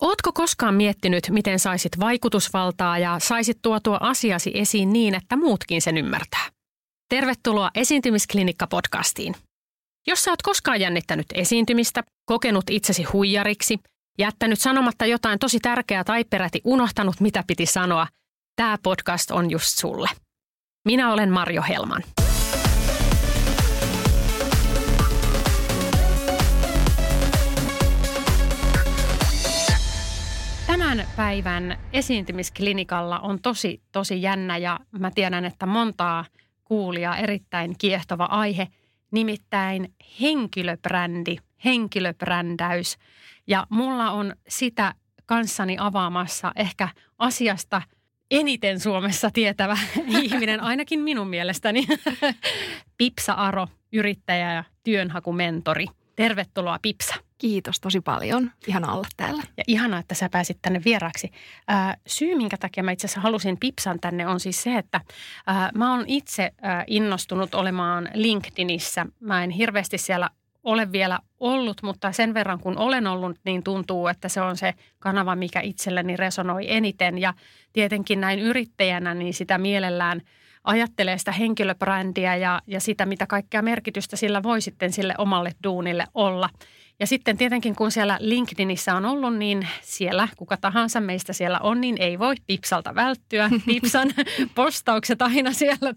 Ootko koskaan miettinyt, miten saisit vaikutusvaltaa ja saisit tuotua asiasi esiin niin, että muutkin sen ymmärtää? Tervetuloa Esiintymisklinikka-podcastiin. Jos sä oot koskaan jännittänyt esiintymistä, kokenut itsesi huijariksi, jättänyt sanomatta jotain tosi tärkeää tai peräti unohtanut, mitä piti sanoa, tää podcast on just sulle. Minä olen Marjo Helman. Tämän päivän esiintymisklinikalla on tosi jännä ja mä tiedän, että montaa kuulijaa erittäin kiehtova aihe, nimittäin henkilöbrändi, henkilöbrändäys. Ja mulla on sitä kanssani avaamassa ehkä asiasta eniten Suomessa tietävä ihminen, ainakin minun mielestäni, Pipsa Aro, yrittäjä ja työnhakumentori. Tervetuloa Pipsa. Kiitos tosi paljon. Ihana olla täällä. Ja ihanaa, että sä pääsit tänne vieraaksi. Syy, minkä takia mä itse asiassa halusin Pipsan tänne, on siis se, että mä oon itse innostunut olemaan LinkedInissä. Mä en hirveästi siellä ole vielä ollut, mutta sen verran kun olen ollut, niin tuntuu, että se on se kanava, mikä itselleni resonoi eniten. Ja tietenkin näin yrittäjänä, niin sitä mielellään ajattelee sitä henkilöbrändiä ja sitä, mitä kaikkea merkitystä sillä voi sitten sille omalle duunille olla. Ja sitten tietenkin, kun siellä LinkedInissä on ollut, niin siellä, kuka tahansa meistä siellä on, niin ei voi Pipsalta välttyä. Pipsan postaukset aina siellä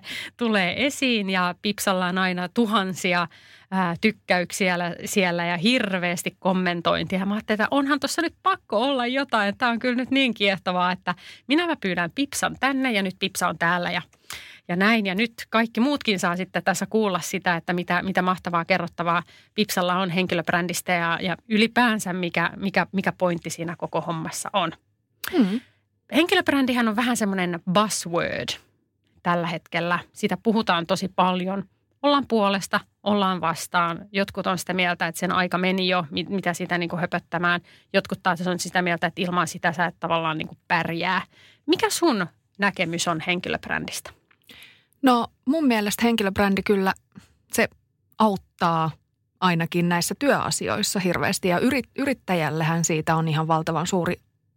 tulee esiin ja Pipsalla on aina tuhansia tykkäyksiä siellä ja hirveästi kommentointia. Mä ajattelin, että onhan tuossa nyt pakko olla jotain. Tämä on kyllä nyt niin kiehtovaa, että minä pyydän Pipsan tänne ja nyt Pipsa on täällä ja näin. Ja nyt kaikki muutkin saa sitten tässä kuulla sitä, että mitä mahtavaa kerrottavaa Pipsalla on henkilöbrändistä ja ylipäänsä mikä pointti siinä koko hommassa on. Henkilöbrändihän on vähän semmoinen buzzword tällä hetkellä. Sitä puhutaan tosi paljon. Ollaan puolesta, ollaan vastaan. Jotkut on sitä mieltä, että sen aika meni jo, mitä sitä niin kuin höpöttämään. Jotkut taas on sitä mieltä, että ilman sitä sä et tavallaan niin kuin pärjää. Mikä sun näkemys on henkilöbrändistä? No mun mielestä henkilöbrändi kyllä, se auttaa ainakin näissä työasioissa hirveästi. Ja yrittäjällehän siitä on ihan valtavan suuri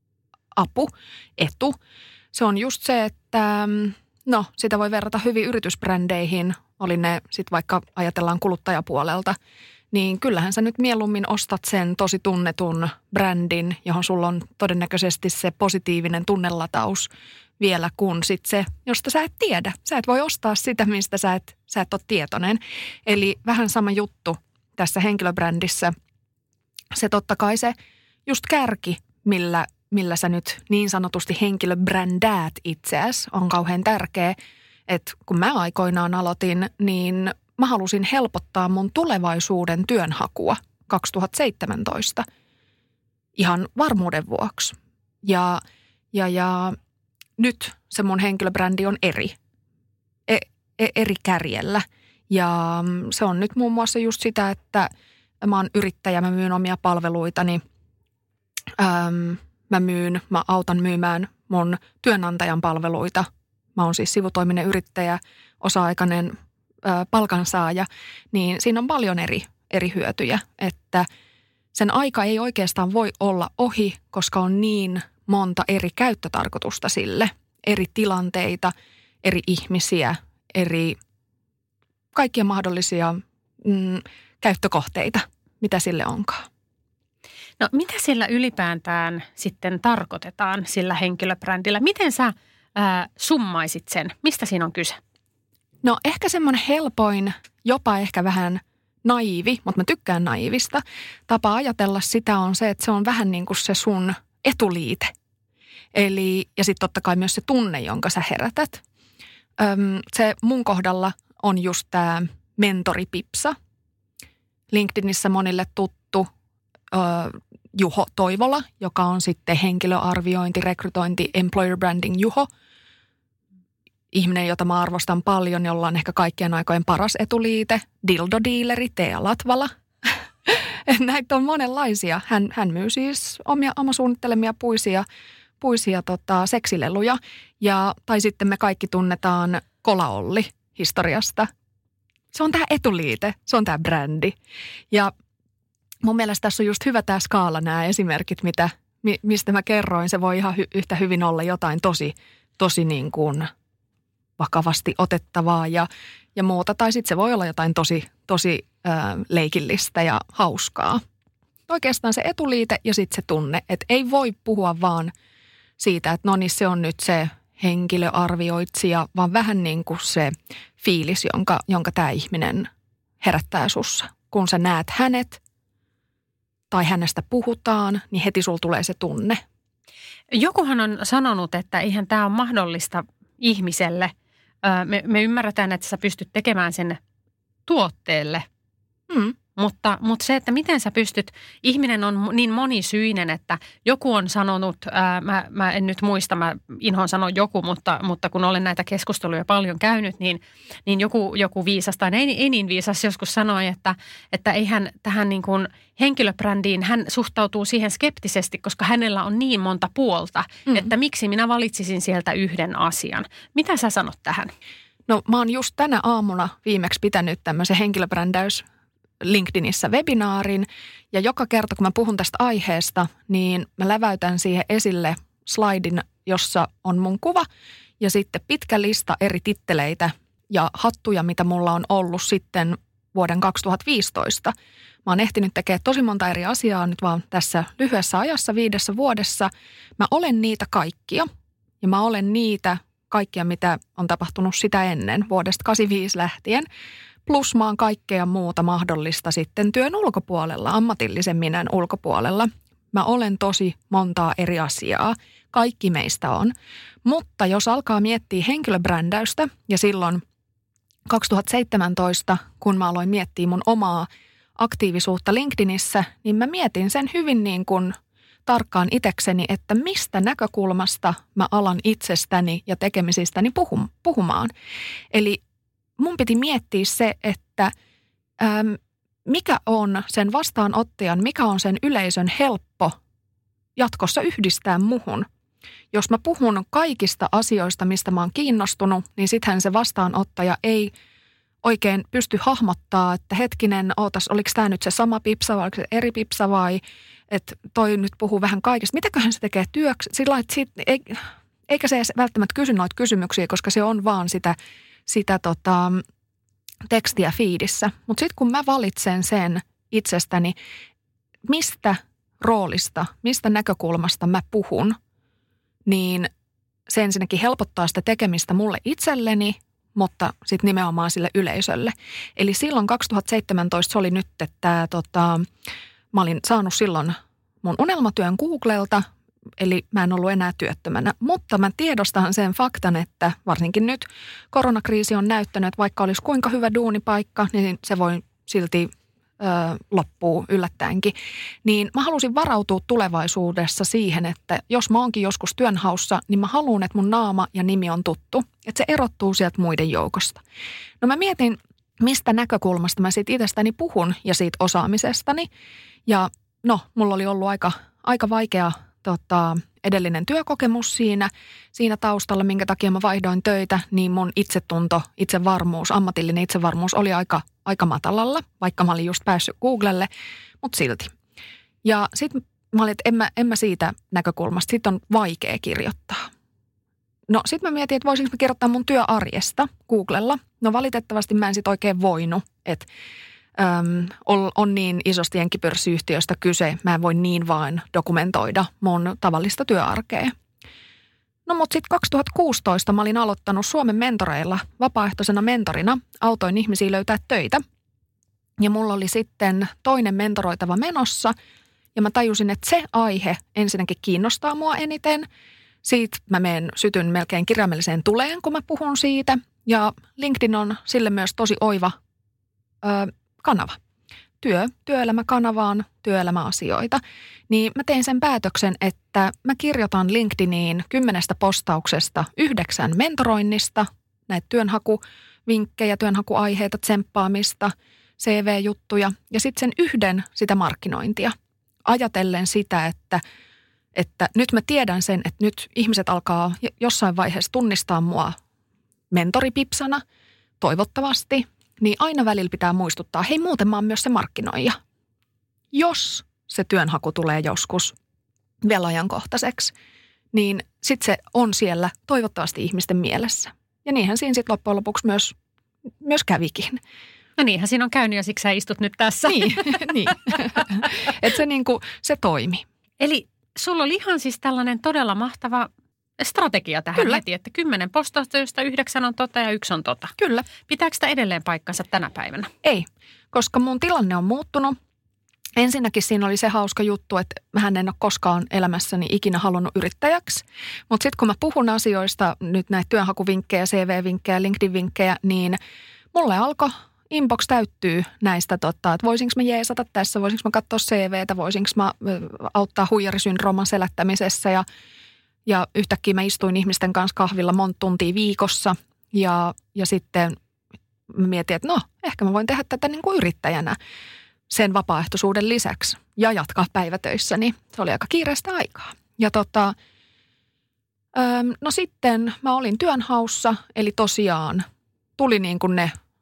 etu. Se on just se, että sitä voi verrata hyvin yritysbrändeihin. Oli ne sitten vaikka ajatellaan kuluttajapuolelta, niin kyllähän sä nyt mieluummin ostat sen tosi tunnetun brändin, johon sulla on todennäköisesti se positiivinen tunnelataus vielä kuin sitten se, josta sä et tiedä. Sä et voi ostaa sitä, mistä sä et ole tietoinen. Eli vähän sama juttu tässä henkilöbrändissä. Se totta kai se just kärki, millä sä nyt niin sanotusti henkilöbrändäät itseäsi, on kauhean tärkeä. Että kun mä aikoinaan aloitin, niin mä halusin helpottaa mun tulevaisuuden työnhakua 2017 ihan varmuuden vuoksi. Ja nyt se mun henkilöbrändi on eri kärjellä. Ja se on nyt muun muassa just sitä, että mä oon yrittäjä, mä myyn omia palveluitani. Mä autan myymään mun työnantajan palveluita. Mä oon siis sivutoiminen yrittäjä, osa-aikainen palkansaaja, niin siinä on paljon eri hyötyjä, että sen aika ei oikeastaan voi olla ohi, koska on niin monta eri käyttötarkoitusta sille, eri tilanteita, eri ihmisiä, kaikkia mahdollisia käyttökohteita, mitä sille onkaan. No mitä sillä ylipäätään sitten tarkoitetaan sillä henkilöbrändillä? Miten sä summaisit sen? Mistä siinä on kyse? No ehkä semmoinen helpoin, jopa ehkä vähän naiivi, mutta mä tykkään naiivista. Tapa ajatella sitä on se, että se on vähän niin kuin se sun etuliite. Ja sitten totta kai myös se tunne, jonka sä herätät. Se mun kohdalla on just tämä mentori Pipsa. LinkedInissä monille tuttu Juho Toivola, joka on sitten henkilöarviointi, rekrytointi, employer branding Juho. Ihminen, jota mä arvostan paljon, jolla on ehkä kaikkien aikojen paras etuliite. Dildo-diileri Tea Latvala. Näitä on monenlaisia. Hän myy siis oma suunnittelemia puisia seksileluja. Tai sitten me kaikki tunnetaan Kola-Olli historiasta. Se on tämä etuliite, se on tämä brändi. Ja mun mielestä tässä on just hyvä tämä skaala, nämä esimerkit, mistä mä kerroin, se voi ihan yhtä hyvin olla jotain tosi niin kuin vakavasti otettavaa ja muuta. Tai sitten se voi olla jotain tosi leikillistä ja hauskaa. Oikeastaan se etuliite ja sitten se tunne, että ei voi puhua vaan siitä, että no niin se on nyt se henkilöarvioitsija, vaan vähän niin kuin se fiilis, jonka tämä ihminen herättää sussa. Kun sä näet hänet tai hänestä puhutaan, niin heti sulla tulee se tunne. Jokuhan on sanonut, että eihän tämä ole mahdollista ihmiselle. Me ymmärretään, että sä pystyt tekemään sen tuotteelle. Mutta se, että miten sä pystyt, ihminen on niin monisyinen, että joku on sanonut, mä en nyt muista, mä inhoan sanoa joku, mutta kun olen näitä keskusteluja paljon käynyt, niin joku viisas tai ei niin viisas joskus sanoi, että eihän tähän niin kuin henkilöbrändiin, hän suhtautuu siihen skeptisesti, koska hänellä on niin monta puolta, että miksi minä valitsisin sieltä yhden asian. Mitä sä sanot tähän? No mä oon just tänä aamuna viimeksi pitänyt tämmöisen henkilöbrändäys LinkedInissä webinaarin ja joka kerta, kun mä puhun tästä aiheesta, niin mä läväytän siihen esille slaidin, jossa on mun kuva ja sitten pitkä lista eri titteleitä ja hattuja, mitä mulla on ollut sitten vuoden 2015. Mä oon ehtinyt tekemään tosi monta eri asiaa nyt vaan tässä lyhyessä ajassa, 5 vuodessa. Mä olen niitä kaikkia ja mä olen niitä kaikkia, mitä on tapahtunut sitä ennen vuodesta 85 lähtien. Plus mä oon kaikkea muuta mahdollista sitten työn ulkopuolella, ammatillisen minän ulkopuolella. Mä olen tosi montaa eri asiaa. Kaikki meistä on. Mutta jos alkaa miettiä henkilöbrändäystä ja silloin 2017, kun mä aloin miettiä mun omaa aktiivisuutta LinkedInissä, niin mä mietin sen hyvin niin kuin tarkkaan itsekseni, että mistä näkökulmasta mä alan itsestäni ja tekemisistäni puhumaan. Eli mun piti miettiä se, että mikä on sen vastaanottajan, mikä on sen yleisön helppo jatkossa yhdistää muhun. Jos mä puhun kaikista asioista, mistä mä oon kiinnostunut, niin sittenhän se vastaanottaja ei oikein pysty hahmottaa, että hetkinen, oliko tämä nyt se sama pipsa vai oliko se eri pipsa vai että toi nyt puhuu vähän kaikesta. Mitäköhän se tekee työksi? Sillä eikä se välttämättä kysy noita kysymyksiä, koska se on vaan sitä tekstiä feedissä. Mutta sitten kun mä valitsen sen itsestäni, mistä roolista, mistä näkökulmasta mä puhun, niin se ensinnäkin helpottaa sitä tekemistä mulle itselleni, mutta sitten nimenomaan sille yleisölle. Eli silloin 2017 se oli nyt, että mä olin saanut silloin mun unelmatyön Googlelta, eli mä en ollut enää työttömänä, mutta mä tiedostan sen faktan, että varsinkin nyt koronakriisi on näyttänyt, että vaikka olisi kuinka hyvä duunipaikka, niin se voi silti loppuu yllättäenkin. Niin mä halusin varautua tulevaisuudessa siihen, että jos mä oonkin joskus työnhaussa, niin mä haluan, että mun naama ja nimi on tuttu, että se erottuu sieltä muiden joukosta. No mä mietin, mistä näkökulmasta mä siitä itsestäni puhun ja siitä osaamisestani. Ja no, mulla oli ollut aika vaikea edellinen työkokemus siinä taustalla, minkä takia mä vaihdoin töitä, niin mun itsetunto, itsevarmuus, ammatillinen itsevarmuus oli aika matalalla, vaikka mä olin just päässyt Googlelle, mutta silti. Ja sitten mä olin, että en mä siitä näkökulmasta, sit on vaikea kirjoittaa. No sitten mä mietin, että voisinko mä kirjoittaa mun työarjesta Googlella. No valitettavasti mä en sit oikein voinut, että on niin isosta jenkkipörssiyhtiöstä kyse, mä en voi niin vain dokumentoida mun tavallista työarkea. No mutta sitten 2016 mä olin aloittanut Suomen mentoreilla vapaaehtoisena mentorina, autoin ihmisiä löytää töitä. Ja mulla oli sitten toinen mentoroitava menossa ja mä tajusin, että se aihe ensinnäkin kiinnostaa mua eniten. Siitä mä sytyn melkein kirjaimelliseen tuleen, kun mä puhun siitä ja LinkedIn on sille myös tosi oiva kanava. Työelämäkanavaan, työelämäasioita. Niin mä tein sen päätöksen, että mä kirjoitan LinkedIniin 10 postauksesta 9 mentoroinnista, näitä työnhakuvinkkejä, työnhakuaiheita, tsemppaamista, CV-juttuja ja sitten sen yhden sitä markkinointia. Ajatellen sitä, että nyt mä tiedän sen, että nyt ihmiset alkaa jossain vaiheessa tunnistaa mua mentoripipsana, toivottavasti. Niin aina välillä pitää muistuttaa, hei muuten mä oon myös se markkinoija. Jos se työnhaku tulee joskus, vielä ajankohtaiseksi, niin sitten se on siellä toivottavasti ihmisten mielessä. Ja niinhän siinä sitten loppujen lopuksi myös kävikin. No niinhän siinä on käynyt ja siksi sä istut nyt tässä. Niin. Että se toimi. Eli sulla oli ihan siis tällainen todella mahtava strategia tähän heti, että 10 postausta, josta 9 on tota ja 1 on tota. Kyllä. Pitääkö sitä edelleen paikkansa tänä päivänä? Ei, koska mun tilanne on muuttunut. Ensinnäkin siinä oli se hauska juttu, että mähän en ole koskaan elämässäni ikinä halunnut yrittäjäksi. Mutta sitten kun mä puhun asioista, nyt näitä työnhakuvinkkejä, CV-vinkkejä, LinkedIn-vinkkejä, niin mulle alkoi inbox täyttyy näistä, että voisinko mä jeesata tässä, voisinko mä katsoa CVtä, voisinko mä auttaa huijarisyndrooman selättämisessä ja yhtäkkiä mä istuin ihmisten kanssa kahvilla monta tuntia viikossa ja sitten mä mietin, että ehkä mä voin tehdä tätä niin kuin yrittäjänä sen vapaaehtoisuuden lisäksi ja jatkaa päivätöissäni. Se oli aika kiireistä aikaa. Ja sitten mä olin työnhaussa, eli tosiaan tuli niin kuin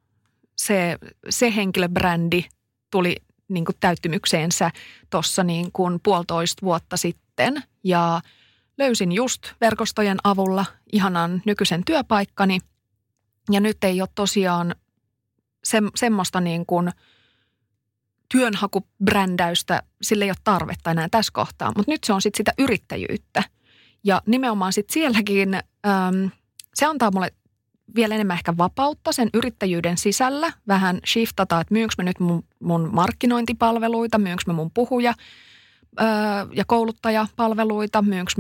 se henkilöbrändi tuli niin kuin täyttymykseensä tuossa niin kuin 1,5 vuotta sitten ja löysin just verkostojen avulla ihanan nykyisen työpaikkani ja nyt ei ole tosiaan semmoista niin kuin työnhakubrändäystä, sille ei ole tarvetta enää tässä kohtaa, mutta nyt se on sitten sitä yrittäjyyttä ja nimenomaan sitten sielläkin se antaa mulle vielä enemmän ehkä vapautta sen yrittäjyyden sisällä, vähän shiftata, että myynkö mä nyt mun markkinointipalveluita, myynkö mä mun puhuja ja kouluttajapalveluita, myynkö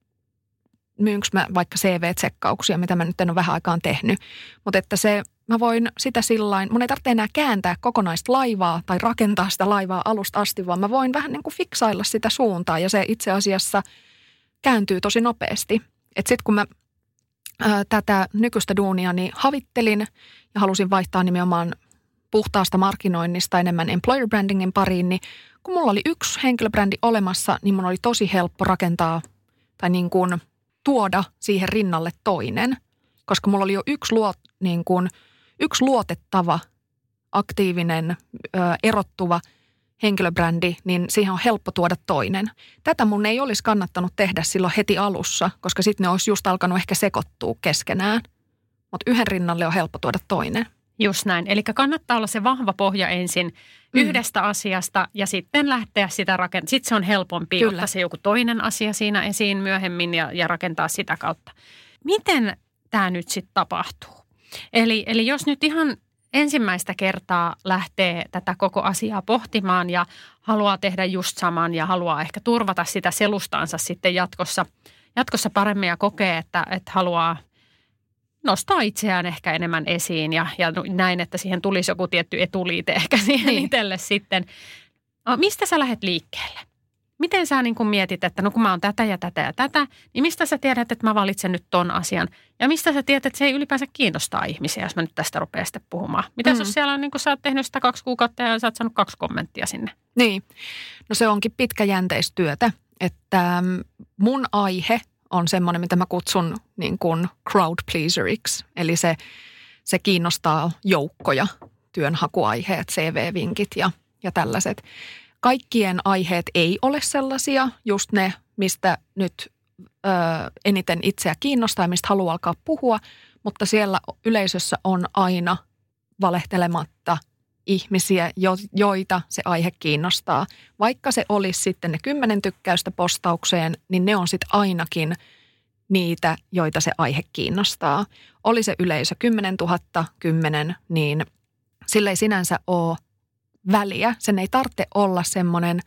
mä vaikka CV-tsekkauksia, mitä mä nyt en ole vähän aikaan tehnyt. Mutta että mä voin sitä sillain, mun ei tarvitse enää kääntää kokonaista laivaa tai rakentaa sitä laivaa alusta asti, vaan mä voin vähän niin kuin fiksailla sitä suuntaa ja se itse asiassa kääntyy tosi nopeasti. Että sitten kun mä tätä nykyistä duuniani havittelin ja halusin vaihtaa nimenomaan puhtaasta markkinoinnista enemmän employer brandingin pariin, niin kun mulla oli yksi henkilöbrändi olemassa, niin mun oli tosi helppo rakentaa tai niin kuin tuoda siihen rinnalle toinen, koska mulla oli jo yksi luotettava, aktiivinen, erottuva henkilöbrändi, niin siihen on helppo tuoda toinen. Tätä mun ei olisi kannattanut tehdä silloin heti alussa, koska sitten ne olisi just alkanut ehkä sekoittua keskenään. Mutta yhden rinnalle on helppo tuoda toinen. Just näin. Eli kannattaa olla se vahva pohja ensin yhdestä asiasta ja sitten lähteä sitä rakentamaan. Sitten se on helpompi ottaa se joku toinen asia siinä esiin myöhemmin ja rakentaa sitä kautta. Miten tämä nyt sitten tapahtuu? Eli jos nyt ihan ensimmäistä kertaa lähtee tätä koko asiaa pohtimaan ja haluaa tehdä just saman ja haluaa ehkä turvata sitä selustaansa sitten jatkossa paremmin ja kokee, että haluaa nostaa itseään ehkä enemmän esiin ja näin, että siihen tulisi joku tietty etuliite ehkä siihen itselle sitten. Mistä sä lähdet liikkeelle? Miten sä niin kun mietit, että no kun mä oon tätä ja tätä ja tätä, niin mistä sä tiedät, että mä valitsen nyt ton asian? Ja mistä sä tiedät, että se ei ylipäänsä kiinnostaa ihmisiä, jos mä nyt tästä rupean sitten puhumaan? Mitäs jos siellä on niin kun sä oot tehnyt sitä 2 kuukautta ja sä oot saanut 2 kommenttia sinne? Niin, no se onkin pitkäjänteistä työtä, että mun aihe on semmoinen, mitä mä kutsun niin kuin crowd pleaseriksi. Eli se kiinnostaa joukkoja, työnhakuaiheet, CV-vinkit ja tällaiset. Kaikkien aiheet ei ole sellaisia, just ne, mistä nyt eniten itseä kiinnostaa ja mistä haluaa alkaa puhua, mutta siellä yleisössä on aina valehtelematta ihmisiä, joita se aihe kiinnostaa. Vaikka se olisi sitten ne 10 tykkäystä postaukseen, niin ne on sitten ainakin niitä, joita se aihe kiinnostaa. Oli se yleisö 10 000, 10, niin sillä ei sinänsä ole väliä. Sen ei tarvitse olla semmoinen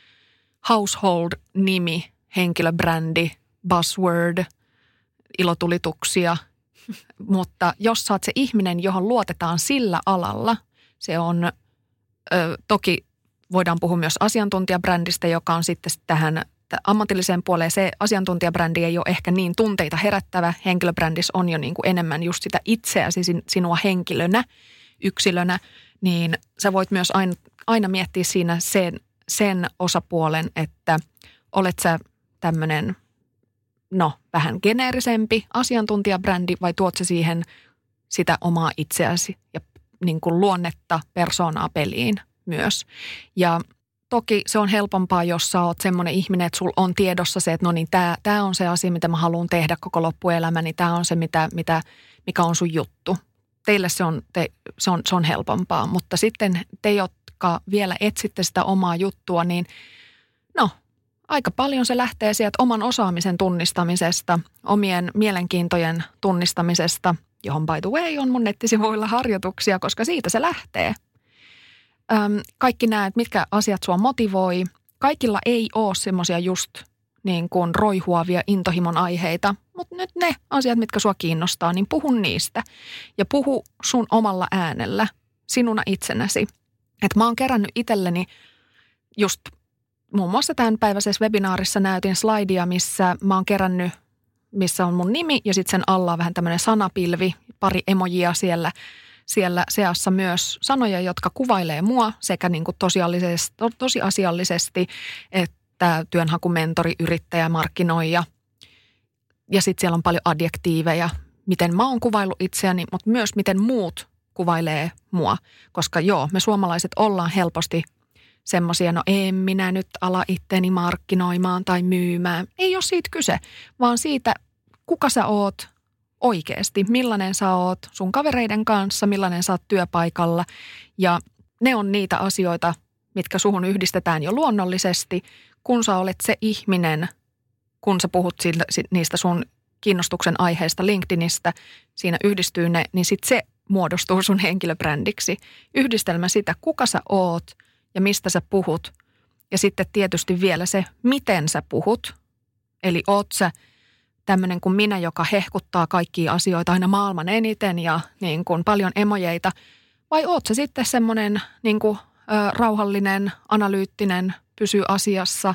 household-nimi, henkilöbrändi, buzzword, ilotulituksia. Mutta jos sä oot se ihminen, johon luotetaan sillä alalla, se on, toki voidaan puhua myös asiantuntijabrändistä, joka on sitten tähän ammatilliseen puoleen. Se asiantuntijabrändi ei ole ehkä niin tunteita herättävä. Henkilöbrändissä on jo niin kuin enemmän just sitä itseäsi, sinua henkilönä, yksilönä. Niin sä voit myös aina miettiä siinä sen osapuolen, että olet sä tämmöinen, vähän geneerisempi asiantuntijabrändi vai tuot sä siihen sitä omaa itseäsi ja niin kuin luonnetta, persoonaa peliin myös. Ja toki se on helpompaa, jos sä oot semmoinen ihminen, että sulla on tiedossa se, että no niin, tää on se asia, mitä mä haluan tehdä koko loppuelämäni. Tää on se, mikä on sun juttu. Teille se on helpompaa, mutta sitten te, jotka vielä etsitte sitä omaa juttua, niin no, aika paljon se lähtee sieltä oman osaamisen tunnistamisesta, omien mielenkiintojen tunnistamisesta, johon by the way on mun nettisivuilla harjoituksia, koska siitä se lähtee. Kaikki nämä, että mitkä asiat sua motivoi. Kaikilla ei ole semmoisia just niin kuin roihuavia intohimon aiheita, mutta nyt ne asiat, mitkä sua kiinnostaa, niin puhu niistä. Ja puhu sun omalla äänellä, sinuna itsenäsi. Että mä oon kerännyt itselleni just muun muassa tämän päiväisessä webinaarissa näytin slaidia, missä mä oon kerännyt, missä on mun nimi ja sitten sen alla on vähän tämmöinen sanapilvi, pari emojia siellä seassa myös sanoja, jotka kuvailee mua sekä niin kuin tosiasiallisesti, että työnhakumentori, yrittäjä, markkinoija. Ja sitten siellä on paljon adjektiiveja, miten mä oon kuvaillut itseäni, mutta myös miten muut kuvailee mua. Koska joo, me suomalaiset ollaan helposti semmoisia, no en minä nyt ala itteni markkinoimaan tai myymään. Ei ole siitä kyse, vaan siitä, kuka sä oot oikeasti, millainen sä oot sun kavereiden kanssa, millainen sä oot työpaikalla. Ja ne on niitä asioita, mitkä suhun yhdistetään jo luonnollisesti, kun sä olet se ihminen, kun sä puhut niistä sun kiinnostuksen aiheista LinkedInistä, siinä yhdistyy ne, niin sit se muodostuu sun henkilöbrändiksi. Yhdistelmä sitä, kuka sä oot ja mistä sä puhut. Ja sitten tietysti vielä se, miten sä puhut. Eli oot sä tämmöinen kuin minä, joka hehkuttaa kaikkia asioita aina maailman eniten ja niin kuin paljon emojeita. Vai oot sä sitten semmoinen niin kuin rauhallinen, analyyttinen, pysyy asiassa,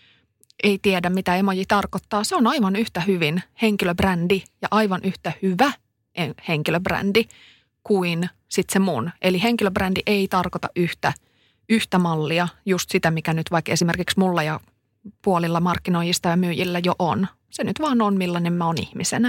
ei tiedä mitä emoji tarkoittaa. Se on aivan yhtä hyvin henkilöbrändi ja aivan yhtä hyvä henkilöbrändi kuin sitten se mun. Eli henkilöbrändi ei tarkoita yhtä mallia, just sitä, mikä nyt vaikka esimerkiksi mulla ja puolilla markkinoijista ja myyjillä jo on. Se nyt vaan on, millainen mä oon ihmisenä.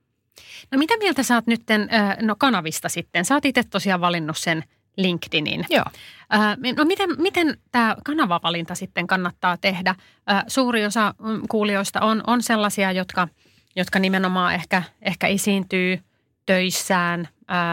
No mitä mieltä sä oot nyt kanavista sitten? Sä oot itse tosiaan valinnut sen LinkedInin. Joo. No miten tämä kanavavalinta sitten kannattaa tehdä? Suuri osa kuulijoista on sellaisia, jotka nimenomaan ehkä esiintyy töissään,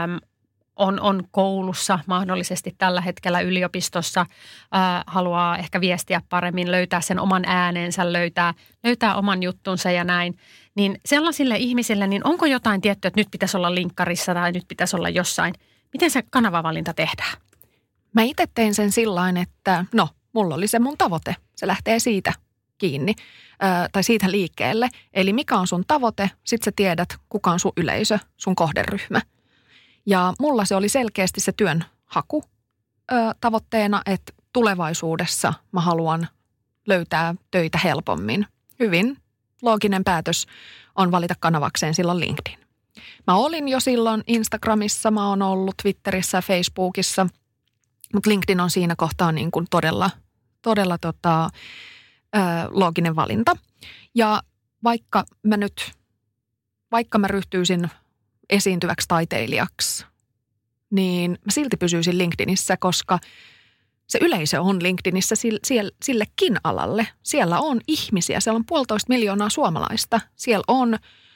on koulussa mahdollisesti tällä hetkellä yliopistossa, haluaa ehkä viestiä paremmin, löytää sen oman äänensä, löytää oman juttunsa ja näin. Niin sellaisille ihmisille, niin onko jotain tiettyä, että nyt pitäisi olla linkkarissa tai nyt pitäisi olla jossain? Miten se kanavavalinta tehdään? Mä itse tein sen sillain, että mulla oli se mun tavoite. Se lähtee siitä kiinni tai siitä liikkeelle. Eli mikä on sun tavoite, sit sä tiedät, kuka on sun yleisö, sun kohderyhmä. Ja mulla se oli selkeästi se työnhaku tavoitteena, että tulevaisuudessa mä haluan löytää töitä helpommin. Hyvin looginen päätös on valita kanavakseen silloin LinkedIn. Mä olin jo silloin Instagramissa, mä oon ollut Twitterissä ja Facebookissa, mutta LinkedIn on siinä kohtaa niin kuin todella looginen valinta. Ja vaikka mä ryhtyisin esiintyväksi taiteilijaksi, niin mä silti pysyisin LinkedInissä, koska se yleisö on LinkedInissä sillekin alalle. Siellä on ihmisiä, siellä on 1,5 miljoonaa suomalaista. Siellä on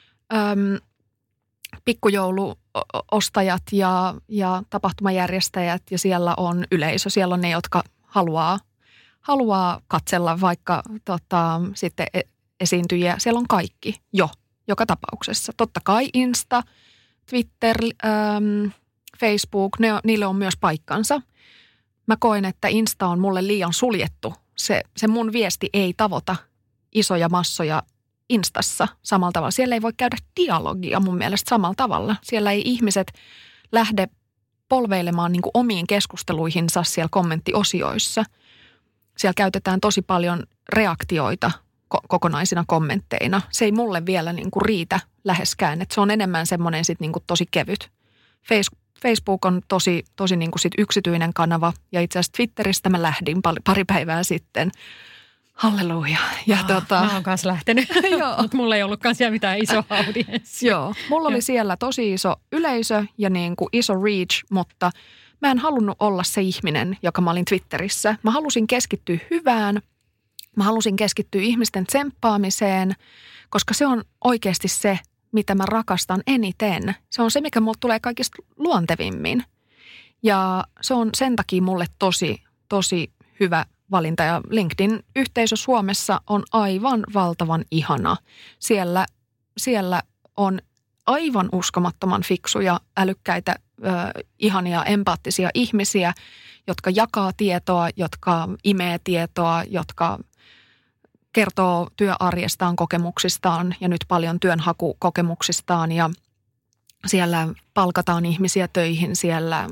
pikkujouluostajat ja tapahtumajärjestäjät ja siellä on yleisö. Siellä on ne, jotka haluaa katsella vaikka sitten esiintyjiä. Siellä on kaikki joka tapauksessa. Totta kai Insta, Twitter, Facebook, niille on myös paikkansa. Mä koen, että Insta on mulle liian suljettu. Se mun viesti ei tavoita isoja massoja Instassa samalla tavalla. Siellä ei voi käydä dialogia mun mielestä samalla tavalla. Siellä ei ihmiset lähde polveilemaan niin kuin omiin keskusteluihinsa siellä kommenttiosioissa. Siellä käytetään tosi paljon reaktioita kokonaisina kommentteina. Se ei mulle vielä niin kuin riitä läheskään. Et se on enemmän semmoinen sit niin kuin tosi kevyt. Facebook on tosi niin kuin sit yksityinen kanava ja itse asiassa Twitteristä mä lähdin pari päivää sitten. Halleluja. Ja mä oon kanssa lähtenyt, mutta mulla ei ollutkaan siellä mitään isoa audienssia. Joo, mulla oli siellä tosi iso yleisö ja niin kuin iso reach, mutta mä en halunnut olla se ihminen, joka mä olin Twitterissä. Mä halusin keskittyä hyvään. Mä halusin keskittyä ihmisten tsemppaamiseen, koska se on oikeasti se, mitä mä rakastan eniten. Se on se, mikä mulle tulee kaikista luontevimmin. Ja se on sen takia mulle tosi hyvä valinta. Ja LinkedIn-yhteisö Suomessa on aivan valtavan ihana. Siellä on aivan uskomattoman fiksuja, älykkäitä, ihania, empaattisia ihmisiä, jotka jakaa tietoa, jotka imee tietoa, jotka kertoo työarjestaan, kokemuksistaan ja nyt paljon työnhakukokemuksistaan. Ja siellä palkataan ihmisiä töihin, siellä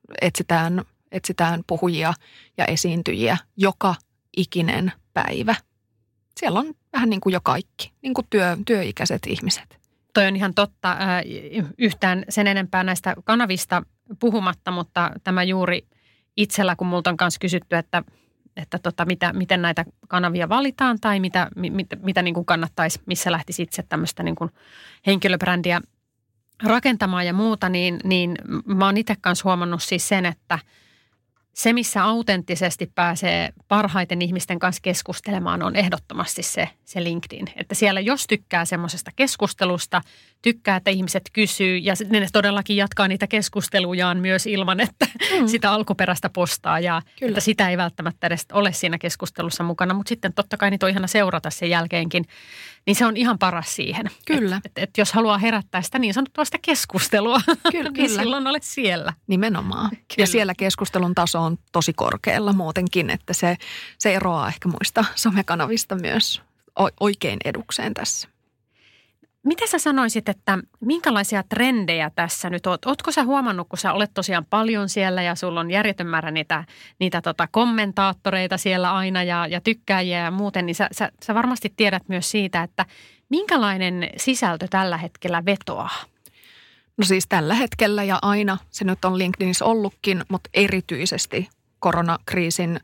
etsitään puhujia ja esiintyjiä joka ikinen päivä. Siellä on vähän niin kuin jo kaikki, niin kuin työikäiset ihmiset. Toi on ihan totta. Yhtään sen enempää näistä kanavista puhumatta, mutta tämä juuri itsellä, kun multa on kanssa kysytty, että miten näitä kanavia valitaan tai mitä niin kuin kannattaisi, missä lähtisi itse tämmöistä niin kuin henkilöbrändiä rakentamaan ja muuta, niin mä oon itse kanssa huomannut siis sen, että se, missä autenttisesti pääsee parhaiten ihmisten kanssa keskustelemaan, on ehdottomasti se LinkedIn. Että siellä jos tykkää semmoisesta keskustelusta, tykkää, että ihmiset kysyy ja ne todellakin jatkaa niitä keskustelujaan myös ilman, että sitä alkuperäistä postaa ja että sitä ei välttämättä edes ole siinä keskustelussa mukana. Mutta sitten totta kai niitä on ihana seurata sen jälkeenkin, niin se on ihan paras siihen. Kyllä. Et jos haluaa herättää sitä niin sanottua sitä keskustelua, niin silloin olet siellä. Nimenomaan. Kyllä. Ja siellä keskustelun taso on tosi korkealla muutenkin, että se eroaa ehkä muista somekanavista myös oikein edukseen tässä. Mitä sä sanoisit, että minkälaisia trendejä tässä nyt oot? Ootko sä huomannut, kun sä olet tosiaan paljon siellä ja sulla on järjetön määrä niitä kommentaattoreita siellä aina ja tykkääjiä ja muuten, niin sä varmasti tiedät myös siitä, että minkälainen sisältö tällä hetkellä vetoaa? No siis tällä hetkellä ja aina, se nyt on LinkedInissä ollutkin, mutta erityisesti koronakriisin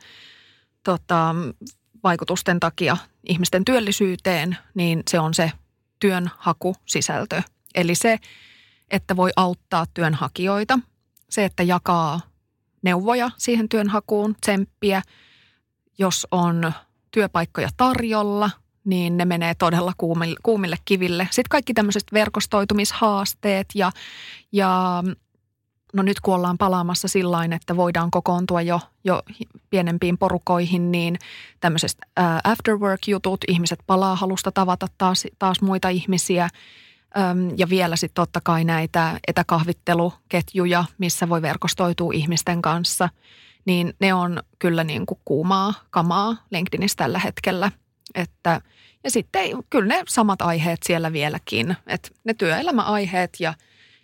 vaikutusten takia ihmisten työllisyyteen, niin se on se työnhakusisältö. Eli se, että voi auttaa työnhakijoita, se, että jakaa neuvoja siihen työnhakuun, tsemppiä. Jos on työpaikkoja tarjolla, niin ne menee todella kuumille kiville. Sitten kaikki tämmöiset verkostoitumishaasteet ja no nyt kun ollaan palaamassa sillain, että voidaan kokoontua jo pienempiin porukoihin, niin tämmöiset afterwork-jutut, ihmiset palaa halusta tavata taas muita ihmisiä ja vielä sitten totta kai näitä etäkahvitteluketjuja, missä voi verkostoitua ihmisten kanssa, niin ne on kyllä niin kuin kuumaa kamaa LinkedInissä tällä hetkellä. Ja sitten kyllä ne samat aiheet siellä vieläkin, että ne työelämäaiheet ja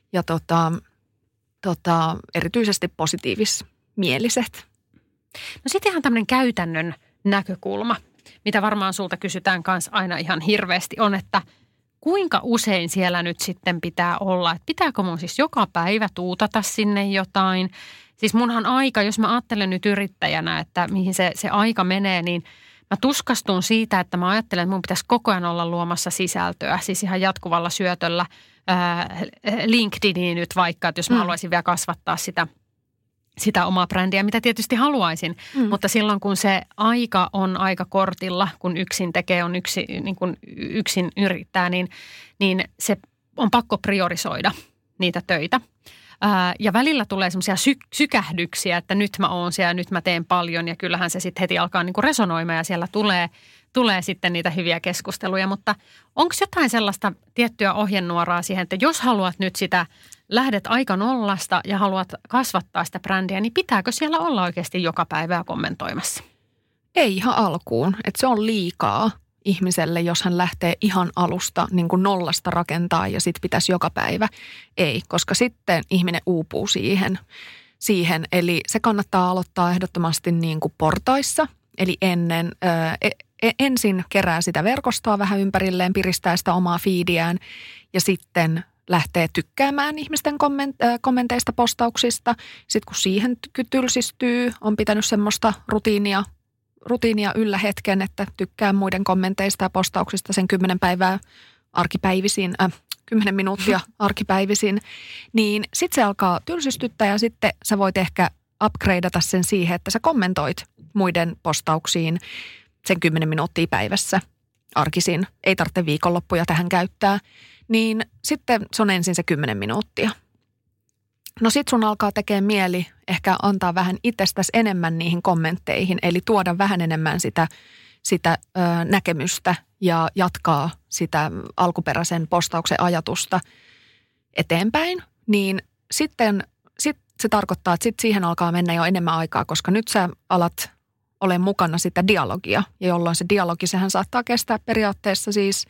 erityisesti positiivismieliset. No sitten ihan tämmöinen käytännön näkökulma, mitä varmaan sulta kysytään kanssa aina ihan hirveästi, on, että kuinka usein siellä nyt sitten pitää olla? Että pitääkö mun siis joka päivä tuutata sinne jotain? Siis munhan aika, jos mä ajattelen nyt yrittäjänä, että mihin se aika menee, niin mä tuskastun siitä, että mä ajattelen, että mun pitäisi koko ajan olla luomassa sisältöä, siis ihan jatkuvalla syötöllä LinkedIniin nyt vaikka, että jos mä haluaisin vielä kasvattaa sitä omaa brändiä, mitä tietysti haluaisin, mutta silloin kun se aika on aika kortilla, kun yksin tekee, niin kun yksin yrittää, niin se on pakko priorisoida niitä töitä. Ja välillä tulee semmoisia sykähdyksiä, että nyt mä oon siellä ja nyt mä teen paljon ja kyllähän se sitten heti alkaa niinku resonoimaan ja siellä tulee sitten niitä hyviä keskusteluja. Mutta onko jotain sellaista tiettyä ohjenuoraa siihen, että jos haluat nyt lähdet aika nollasta ja haluat kasvattaa sitä brändiä, niin pitääkö siellä olla oikeasti joka päivä kommentoimassa? Ei ihan alkuun, että se on liikaa ihmiselle, jos hän lähtee ihan alusta niin kuin nollasta rakentaa ja sitten pitäisi joka päivä. Ei, koska sitten ihminen uupuu siihen. Eli se kannattaa aloittaa ehdottomasti niin kuin portaissa. Eli ensin kerää sitä verkostoa vähän ympärilleen, piristää sitä omaa feediään ja sitten lähtee tykkäämään ihmisten kommenteista, postauksista. Sitten kun siihen tylsistyy, on pitänyt semmoista rutiinia yllä hetken, että tykkää muiden kommenteista ja postauksista sen 10 päivää arkipäivisin 10 minuuttia arkipäivisin, niin sitten se alkaa tylsistyttää ja sitten sä voit ehkä upgradeata sen siihen, että sä kommentoit muiden postauksiin sen 10 minuuttia päivässä arkisin. Ei tarvitse viikonloppuja tähän käyttää. Niin sitten se on ensin se 10 minuuttia. No sit sun alkaa tekemään mieli ehkä antaa vähän itsestäsi enemmän niihin kommentteihin, eli tuoda vähän enemmän sitä näkemystä ja jatkaa sitä alkuperäisen postauksen ajatusta eteenpäin. Niin sitten se tarkoittaa, että sitten siihen alkaa mennä jo enemmän aikaa, koska nyt sä alat ole mukana sitä dialogia, ja jolloin se dialogi, sehän saattaa kestää periaatteessa siis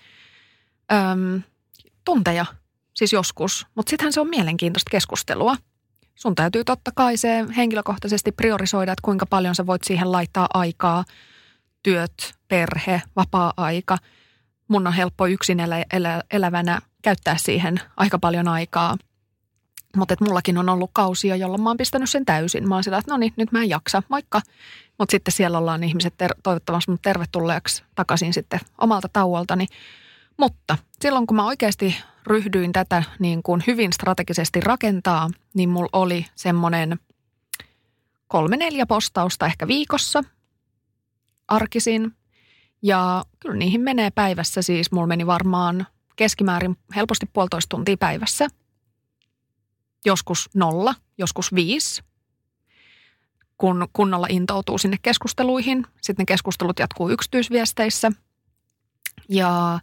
tunteja, siis joskus, mutta sittenhän se on mielenkiintoista keskustelua. Sun täytyy totta kai se henkilökohtaisesti priorisoida, että kuinka paljon sä voit siihen laittaa aikaa, työt, perhe, vapaa-aika. Mun on helppo yksin elävänä käyttää siihen aika paljon aikaa. Mutta mullakin on ollut kausia, jolloin mä oon pistänyt sen täysin. Mä oon sillä, että no niin, nyt mä en jaksa, moikka. Mutta sitten siellä ollaan ihmiset toivottamassa mut tervetulleeksi takaisin sitten omalta tauoltani. Mutta silloin, kun mä oikeasti ryhdyin tätä niin kuin hyvin strategisesti rakentaa, niin mulla oli semmoinen 3-4 postausta ehkä viikossa arkisin. Ja kyllä niihin menee päivässä, siis mulla meni varmaan keskimäärin helposti 1,5 tuntia päivässä. Joskus 0, joskus 5, kun kunnolla intoutuu sinne keskusteluihin. Sitten ne keskustelut jatkuu yksityisviesteissä. Ja